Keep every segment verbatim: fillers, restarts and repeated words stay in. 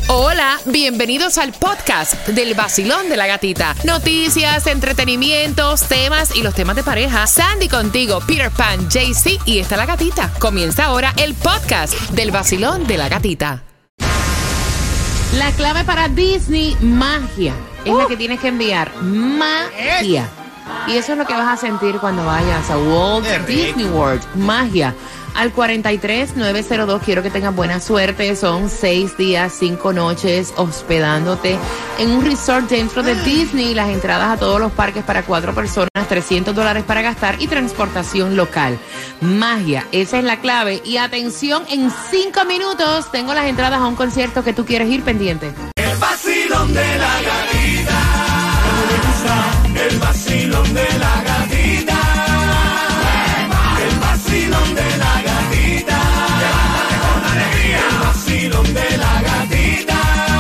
Hola, bienvenidos al podcast del Vacilón de la Gatita. Noticias, entretenimientos, temas y los temas de pareja. Sandy contigo, Peter Pan, Jaycee y está la gatita. Comienza ahora el podcast del Vacilón de la Gatita. La clave para Disney, magia. Es uh. la que tienes que enviar. Magia. Y eso es lo que vas a sentir cuando vayas a Walt Disney World. Magia. Al cuarenta y tres nueve cero dos, quiero que tengas buena suerte. Son seis días, cinco noches hospedándote en un resort dentro de Disney. Las entradas a todos los parques para cuatro personas, trescientos dólares para gastar y transportación local. Magia, esa es la clave. Y atención, en cinco minutos tengo las entradas a un concierto que tú quieres ir pendiente. El vacilón de la gatita. El vacilón de la gatita. El vacilón de la gatita. Levántate con alegría. El vacilón de la gatita.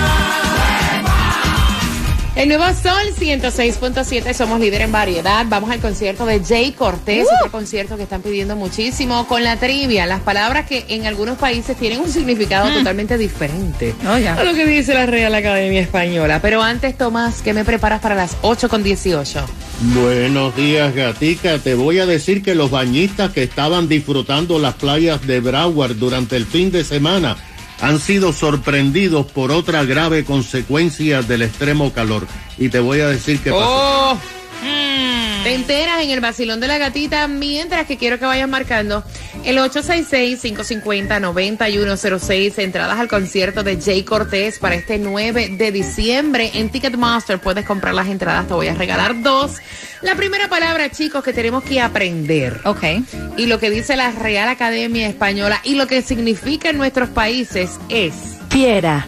El nuevo Sol ciento seis punto siete, somos líder en variedad. Vamos al concierto de Jay Cortés, uh. otro concierto que están pidiendo muchísimo. Con la trivia, las palabras que en algunos países tienen un significado mm. totalmente diferente oh, yeah. a lo que dice la Real Academia Española. Pero antes, Tomás, ¿qué me preparas para las ocho con dieciocho? Buenos días, gatica. Te voy a decir que los bañistas que estaban disfrutando las playas de Broward durante el fin de semana han sido sorprendidos por otra grave consecuencia del extremo calor. Y te voy a decir qué pasó. Oh. Mm. Te enteras en el Vacilón de la Gatita, mientras que quiero que vayas marcando el ocho seis seis, cinco cinco cero, nueve uno cero seis. Entradas al concierto de Jay Cortés para este nueve de diciembre. En Ticketmaster puedes comprar las entradas, te voy a regalar dos. La primera palabra, chicos, que tenemos que aprender. Ok. Y lo que dice la Real Academia Española y lo que significa en nuestros países es... Fiera.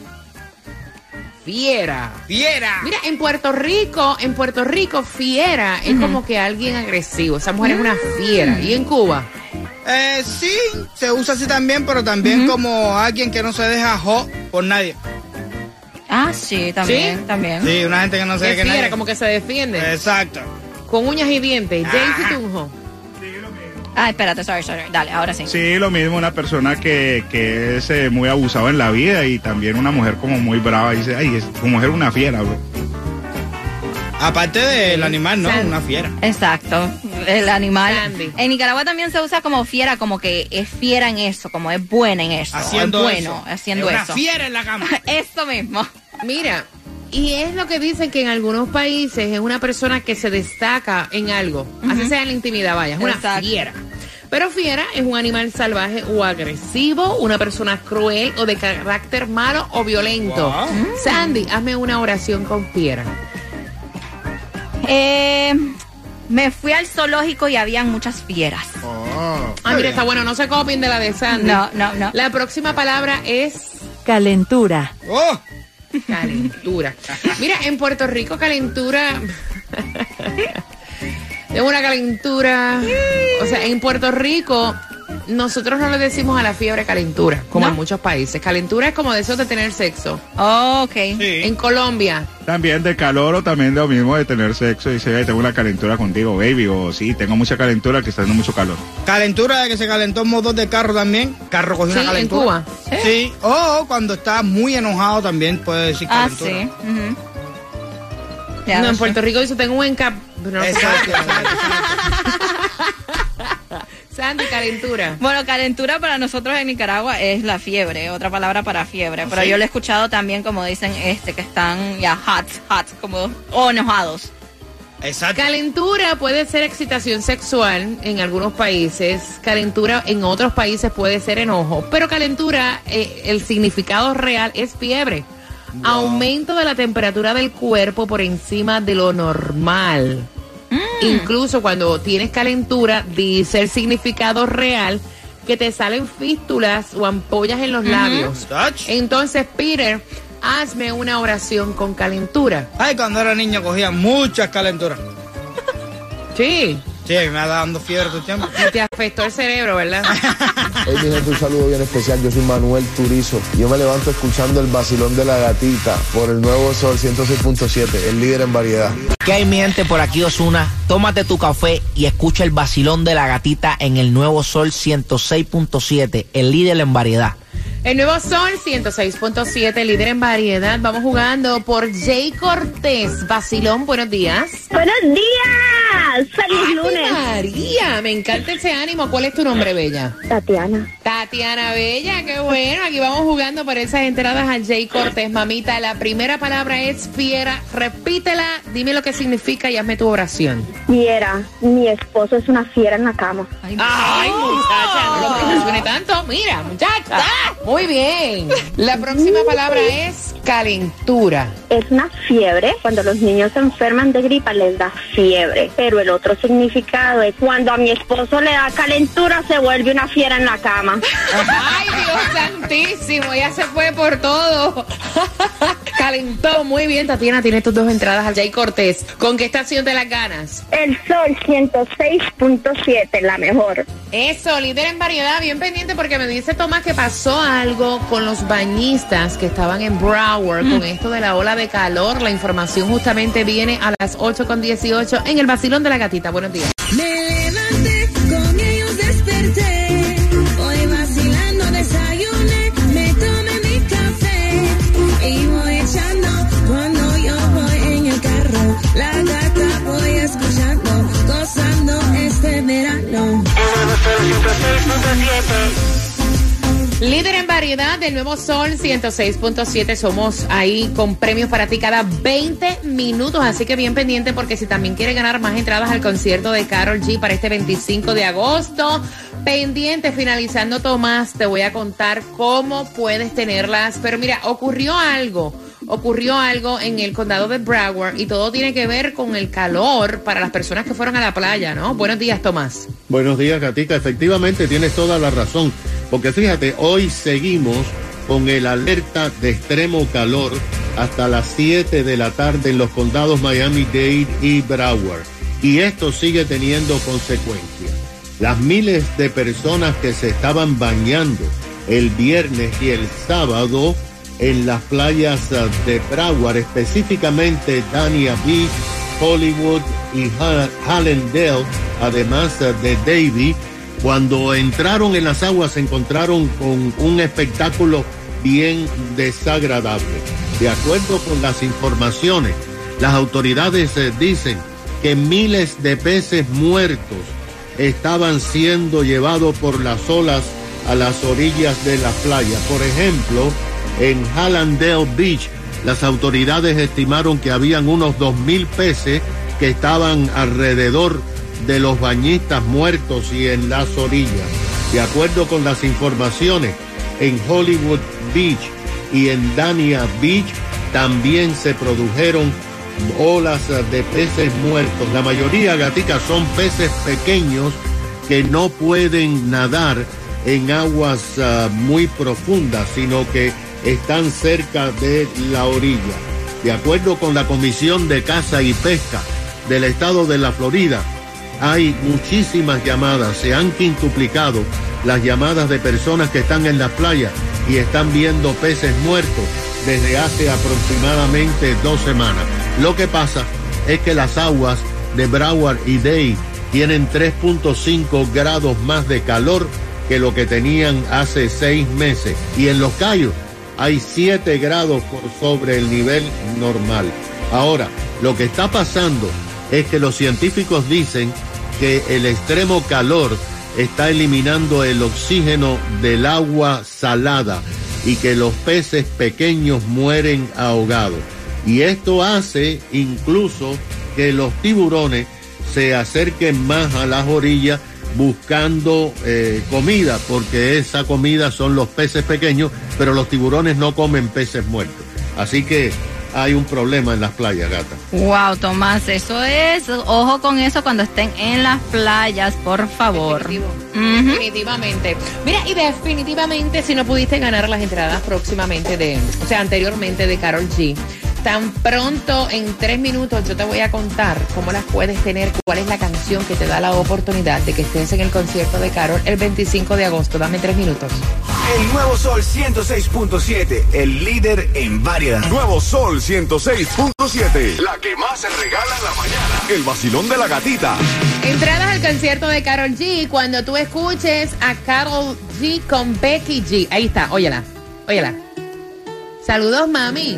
Fiera. Fiera. Mira, en Puerto Rico, en Puerto Rico, fiera es uh-huh. como que alguien agresivo. Esa mujer uh-huh. es una fiera. ¿Y en Cuba? Eh, sí, se usa así también, pero también uh-huh. como alguien que no se deja jo por nadie. Ah, sí, también, ¿Sí? también. Sí, una gente que no se deja que fiera, nadie. como que se defiende. Exacto. Con uñas y dientes. Jaycee Tunjo. Ah, espérate, sorry, sorry. Dale, ahora sí. Sí, lo mismo, una persona que, que es eh, muy abusada en la vida y también una mujer como muy brava. Y dice, ay, es, tu mujer es una fiera, bro. Aparte del animal, ¿no? Sandy. Una fiera. Exacto, el animal. Sandy. En Nicaragua también se usa como fiera, como que es fiera en eso, como es buena en eso. Haciendo es bueno, eso. haciendo es una eso. fiera en la cama. Eso mismo. Mira, y es lo que dicen que en algunos países es una persona que se destaca en algo. Uh-huh. Así sea en la intimidad, vaya, es una Exacto. fiera. Pero fiera es un animal salvaje o agresivo, una persona cruel o de carácter malo o violento. Wow. Sandy, hazme una oración con fiera. Eh, me fui al zoológico y habían muchas fieras. Oh, Ah, mira, está bueno, no se copien de la de Sandy. No, no, no. La próxima palabra es Calentura. oh. calentura. Mira, en Puerto Rico calentura... Es una calentura. O sea, en Puerto Rico nosotros no le decimos a la fiebre calentura, como ¿No? en muchos países. Calentura es como deseos de tener sexo. Oh, ok. Sí. En Colombia, También de calor o también de lo mismo de tener sexo y dice, ay, tengo una calentura contigo, baby, o sí, tengo mucha calentura que está dando mucho calor. Calentura de que se calentó un motor de carro también. Carro cogió sí, una en calentura. Cuba. Sí. O cuando está muy enojado también puede decir Ah, calentura. sí. Uh-huh. Ya, No, no en sé. Puerto Rico dice tengo un encap. No, no, Exacto. Sandy, calentura. Bueno, calentura para nosotros en Nicaragua es la fiebre, otra palabra para fiebre. Pero ¿Sí? yo lo he escuchado también como dicen este, que están ya hot, hot, como, o enojados. Exacto. Calentura puede ser excitación sexual en algunos países, calentura en otros países puede ser enojo, pero calentura, eh, el significado real es fiebre. Wow. Aumento de la temperatura del cuerpo por encima de lo normal. Mm. Incluso cuando tienes calentura, dice el significado real que te salen fístulas o ampollas en los uh-huh. labios. Touch. Entonces, Peter, hazme una oración con calentura. Ay, cuando era niño cogía muchas calenturas. Sí. Sí, me ha dando fiebre todo el tiempo. Y te afectó el cerebro, ¿verdad? Hey, mi gente, un saludo bien especial. Yo soy Manuel Turizo. Yo me levanto escuchando el Vacilón de la Gatita por el Nuevo Sol ciento seis punto siete, el líder en variedad. ¿Qué hay, mi gente? Por aquí Ozuna. Tómate tu café y escucha el Vacilón de la Gatita en el Nuevo Sol ciento seis punto siete, el líder en variedad. El nuevo Sol ciento seis punto siete, líder en variedad. Vamos jugando por Jay Cortés. Vacilón, buenos días. ¡Buenos días! ¡Feliz Ay, lunes! María, me encanta ese ánimo. ¿Cuál es tu nombre, Bella? Tatiana. Tatiana Bella, qué bueno. Aquí vamos jugando por esas entradas a Jay Cortés. Mamita, la primera palabra es fiera. Repítela, dime lo que significa y hazme tu oración. Fiera. Mi esposo es una fiera en la cama. Ay, Ay muchacha, no lo presione tanto. Mira, muchacha. Muy bien. La próxima palabra es calentura. Es una fiebre. Cuando los niños se enferman de gripa les da fiebre. Pero el otro significado es cuando a mi esposo le da calentura se vuelve una fiera en la cama. Ay, Dios santísimo, ya se fue por todo. Calentó. Muy bien, Tatiana, tienes tus dos entradas al Jay Cortés. ¿Con qué estación te las ganas? El Sol ciento seis punto siete, la mejor. Eso, líder en variedad, bien pendiente porque me dice Tomás que pasó algo con los bañistas que estaban en Broward mm. con esto de la ola de calor. La información justamente viene a las ocho con dieciocho en el Vacilón de la Gatita. Buenos días. Me levanté, con ellos desperté, hoy vacilando desayuné, me tomé mi café y voy echando cuando yo voy en el carro, la gata voy escuchando, gozando este verano. Líder en variedad del nuevo Sol ciento seis punto siete. Somos ahí con premios para ti cada veinte minutos. Así que bien pendiente porque si también quieres ganar más entradas al concierto de Karol G para este veinticinco de agosto, pendiente. Finalizando, Tomás, te voy a contar cómo puedes tenerlas. Pero mira, ocurrió algo. Ocurrió algo en el condado de Broward y todo tiene que ver con el calor para las personas que fueron a la playa, ¿no? Buenos días, Tomás. Buenos días, Gatica. Efectivamente, tienes toda la razón. Porque fíjate, hoy seguimos con el alerta de extremo calor hasta las siete de la tarde en los condados Miami-Dade y Broward. Y esto sigue teniendo consecuencias. Las miles de personas que se estaban bañando el viernes y el sábado en las playas de Broward, específicamente Dania Beach, Hollywood y Hallandale, además de Davie, cuando entraron en las aguas se encontraron con un espectáculo bien desagradable. De acuerdo con las informaciones, las autoridades dicen que miles de peces muertos estaban siendo llevados por las olas a las orillas de la playa. Por ejemplo, en Hallandale Beach, las autoridades estimaron que habían unos dos mil peces que estaban alrededor de los bañistas muertos y en las orillas. De acuerdo con las informaciones, en Hollywood Beach y en Dania Beach también se produjeron olas de peces muertos. La mayoría, Gatica, son peces pequeños que no pueden nadar en aguas uh, muy profundas, sino que están cerca de la orilla. De acuerdo con la Comisión de Caza y Pesca del estado de la Florida, hay muchísimas llamadas, se han quintuplicado las llamadas de personas que están en las playas y están viendo peces muertos desde hace aproximadamente dos semanas. Lo que pasa es que las aguas de Broward y Dade tienen tres punto cinco grados más de calor que lo que tenían hace seis meses. Y en Los Cayos hay siete grados por sobre el nivel normal. Ahora, lo que está pasando es que los científicos dicen que el extremo calor está eliminando el oxígeno del agua salada y que los peces pequeños mueren ahogados. Y esto hace incluso que los tiburones se acerquen más a las orillas buscando eh, comida, porque esa comida son los peces pequeños, pero los tiburones no comen peces muertos. Así que hay un problema en las playas, gata. Wow, Tomás, eso es, ojo con eso cuando estén en las playas, por favor. Definitivo. Uh-huh. Definitivamente. Mira, y definitivamente si no pudiste ganar las entradas próximamente de, o sea, anteriormente de Karol G, tan pronto en tres minutos yo te voy a contar cómo las puedes tener, cuál es la canción que te da la oportunidad de que estés en el concierto de Karol el veinticinco de agosto. Dame tres minutos. El nuevo Sol ciento seis punto siete, el líder en variedad. Nuevo Sol ciento seis punto siete, la que más se regala en la mañana. El vacilón de la gatita. Entradas al concierto de Karol G cuando tú escuches a Karol G con Becky G. Ahí está, óyela, óyela. Saludos, mami.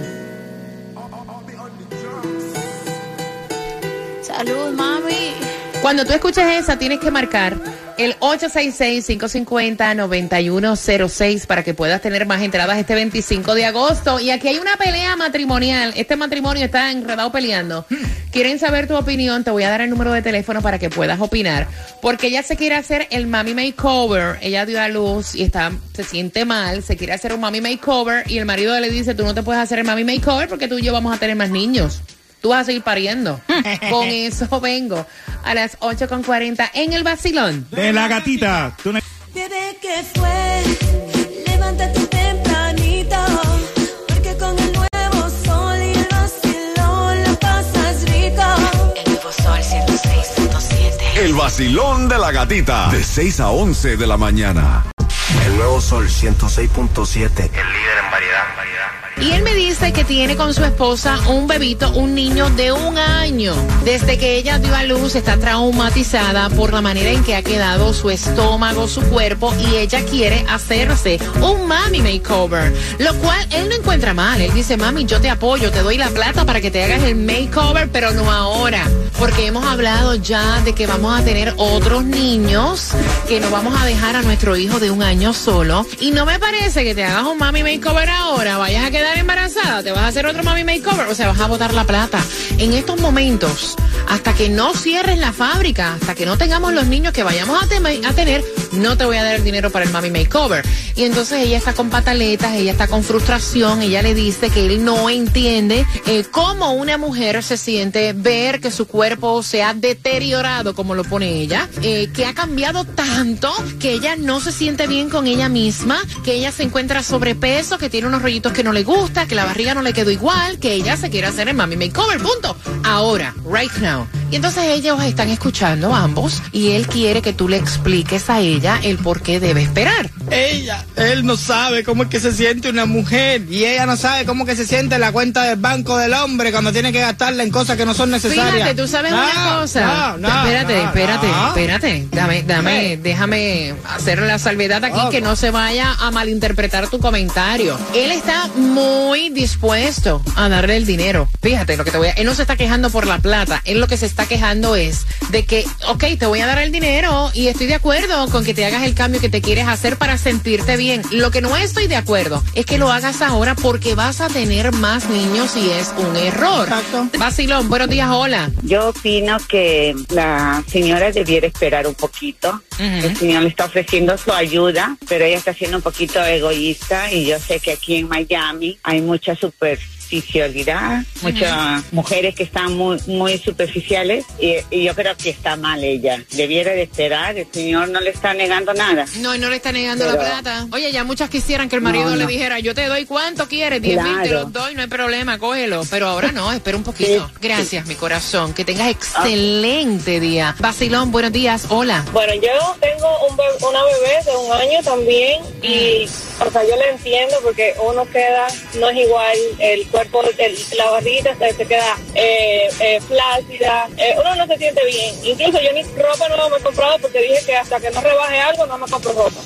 Salud, mami. Cuando tú escuches esa, tienes que marcar el ocho seis seis, cinco cinco cero, nueve uno cero seis para que puedas tener más entradas este veinticinco de agosto. Y aquí hay una pelea matrimonial. Este matrimonio está enredado peleando. ¿Quieren saber tu opinión? Te voy a dar el número de teléfono para que puedas opinar. Porque ella se quiere hacer el mami makeover. Ella dio a luz y está, se siente mal. Se quiere hacer un mami makeover. Y el marido le dice, tú no te puedes hacer el mami makeover porque tú y yo vamos a tener más niños. Tú vas a seguir pariendo. Con eso vengo a las ocho con cuarenta en el vacilón de la gatita. ¿Tú no... Bebé, ¿qué fue? Levántate tempranito, porque con el nuevo sol y el vacilón la pasas rico. El nuevo Sol ciento seis punto siete. El vacilón de la gatita, de seis a once de la mañana. El nuevo Sol ciento seis punto siete, el líder en variedad, variedad. Y él me dice que tiene con su esposa un bebito, un niño de un año. Desde que ella dio a luz está traumatizada por la manera en que ha quedado su estómago, su cuerpo, y ella quiere hacerse un mami makeover. Lo cual él no encuentra mal. Él dice, mami, yo te apoyo, te doy la plata para que te hagas el makeover, pero no ahora. Porque hemos hablado ya de que vamos a tener otros niños, que no vamos a dejar a nuestro hijo de un año solo. Y no me parece que te hagas un mami makeover ahora, vayas a quedar embarazada, te vas a hacer otro mami makeover, o sea, vas a botar la plata. En estos momentos, hasta que no cierres la fábrica, hasta que no tengamos los niños que vayamos a, te- a tener, no te voy a dar el dinero para el mami makeover. Y entonces ella está con pataletas, ella está con frustración, ella le dice que él no entiende eh, cómo una mujer se siente ver que su cuerpo se ha deteriorado, como lo pone ella, eh, que ha cambiado tanto, que ella no se siente bien con ella misma, que ella se encuentra sobrepeso, que tiene unos rollitos que no le gusta, que la barriga no le quedó igual, que ella se quiere hacer el mami makeover, punto. Ahora, right now. Y entonces ellos están escuchando ambos y él quiere que tú le expliques a ella el por qué debe esperar. Ella, él no sabe cómo es que se siente una mujer y ella no sabe cómo que se siente la cuenta del banco del hombre cuando tiene que gastarla en cosas que no son necesarias. Fíjate, tú sabes no, una cosa. No, no, espérate, no, espérate, no. espérate. Dame, dame, Hey. déjame hacer la salvedad aquí, Oh. que no se vaya a malinterpretar tu comentario. Él está muy dispuesto a darle el dinero. Fíjate lo que te voy a... Él no se está quejando por la plata. Él lo que se está quejando es de que, ok, te voy a dar el dinero y estoy de acuerdo con que te hagas el cambio que te quieres hacer para sentirte bien. Lo que no estoy de acuerdo es que lo hagas ahora porque vas a tener más niños y es un error. Exacto. Vacilón, buenos días, hola. Yo opino que la señora debiera esperar un poquito. El señor le está ofreciendo su ayuda, pero ella está siendo un poquito egoísta y yo sé que aquí en Miami hay mucha superficialidad, muchas mujeres que están muy muy superficiales y, y yo creo que está mal ella. Debiera de esperar, el señor no le está negando nada. No, y no le está negando Pero- la plata. Oye, ya muchas quisieran que el marido No, le no. dijera, yo te doy cuánto quieres, diez mil, te Claro. los doy, no hay problema, cógelo. Pero ahora no, espera un poquito. Gracias, mi corazón. Que tengas excelente día. Vacilón, buenos días, hola. Bueno, yo tengo un be- una bebé de un año también y, o sea, yo le entiendo porque uno queda, no es igual, el cuerpo, el- la barriguita se, se queda eh, eh, flácida, eh, uno no se siente bien. Incluso yo ni ropa nueva me he comprado porque dije que hasta que no rebaje algo no me compro ropa.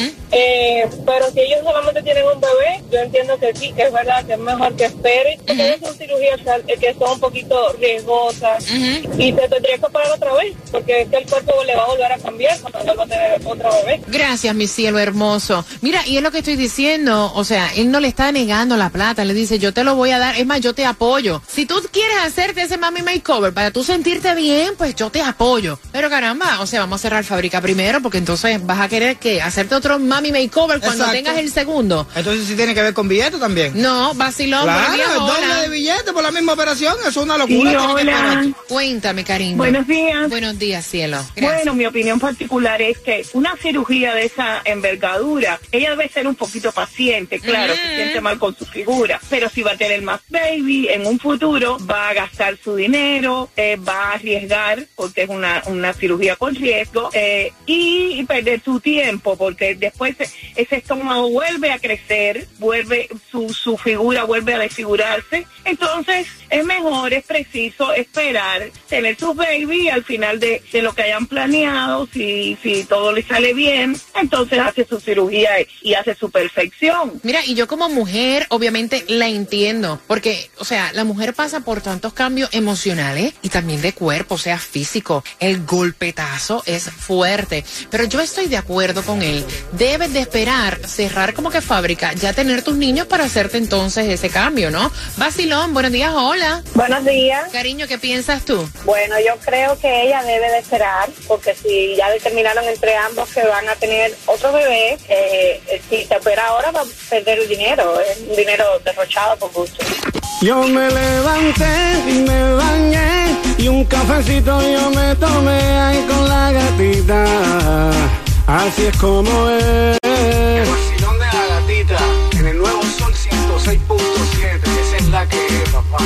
Eh, pero si ellos solamente tienen un bebé, yo entiendo que sí, que es verdad que es mejor que espere, porque esas son cirugías eh, que son un poquito riesgosas y te tendría que operar otra vez, porque es que el cuerpo le va a volver a cambiar cuando vuelva a tener otra bebé. Gracias, mi cielo hermoso. Mira, y es lo que estoy diciendo, o sea, él no le está negando la plata, le dice, yo te lo voy a dar, es más, yo te apoyo. Si tú quieres hacerte ese mami makeover para tú sentirte bien, pues yo te apoyo. Pero caramba, o sea, vamos a cerrar fábrica primero, porque entonces vas a querer que hacerte otro mami makeover cuando Exacto. tengas el segundo. Entonces sí tiene que ver con billetes también. No, vacilón, Claro, buenos días, el doble hola. de billetes por la misma operación, eso es una locura. Sí, tiene que hola. esperar. Cuéntame, cariño. Buenos días. Buenos días, cielo. Gracias. Bueno, mi opinión particular particular es que una cirugía de esa envergadura, ella debe ser un poquito paciente, claro, mm. se siente mal con su figura, pero si va a tener más baby en un futuro, va a gastar su dinero, eh, va a arriesgar, porque es una, una cirugía con riesgo, eh, y perder su tiempo, porque después ese estómago vuelve a crecer, vuelve su, su figura vuelve a desfigurarse, entonces es mejor, es preciso esperar, tener sus baby y al final de, de lo que hayan planeado, si, si todo le sale bien, entonces hace su cirugía y, y hace su perfección. Mira, y yo como mujer obviamente la entiendo, porque, o sea, la mujer pasa por tantos cambios emocionales y también de cuerpo, o sea, físico. El golpetazo es fuerte, pero yo estoy de acuerdo con él. Debes de esperar, cerrar como que fábrica, ya tener tus niños para hacerte entonces ese cambio, ¿no? Vacilón, buenos días, hola. Buenos días. Cariño, ¿qué piensas tú? Bueno, yo creo que ella debe de esperar, porque si ya determinaron entre ambos que van a tener otro bebé, eh, si se opera ahora va a perder el dinero, es un dinero derrochado por gusto. Yo me levanté y me bañé y un cafecito yo me tomé ahí con la gatita, así es como es. El vacilón de la gatita en el nuevo Sol ciento seis punto siete, esa es la que es, papá.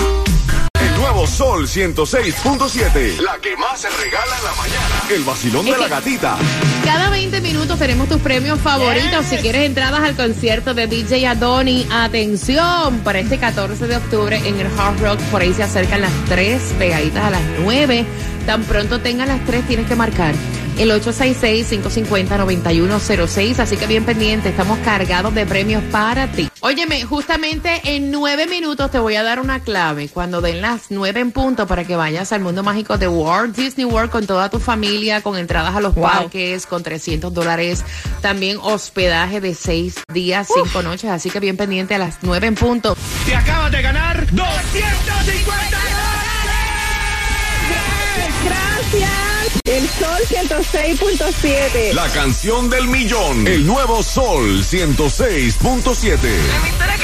El nuevo Sol ciento seis punto siete, la que más se regala en la mañana. El vacilón de la gatita. Cada veinte minutos tenemos tus premios favoritos. Si quieres entradas al concierto de D J Adoni, atención, para este catorce de octubre en el Hard Rock, por ahí se acercan las tres, pegaditas a las nueve. Tan pronto tengan las tres, tienes que marcar el ocho seis seis, cinco cinco cero, nueve uno cero seis, así que bien pendiente, estamos cargados de premios para ti. Óyeme, justamente en nueve minutos te voy a dar una clave, cuando den las nueve en punto, para que vayas al mundo mágico de Walt Disney World con toda tu familia, con entradas a los wow. parques, con trescientos dólares, también hospedaje de seis días, cinco noches, así que bien pendiente a las nueve en punto. Te acabas de ganar doscientos cincuenta dólares. Gracias. El Sol ciento seis punto siete. La canción del millón. El nuevo Sol ciento seis punto siete. La emisora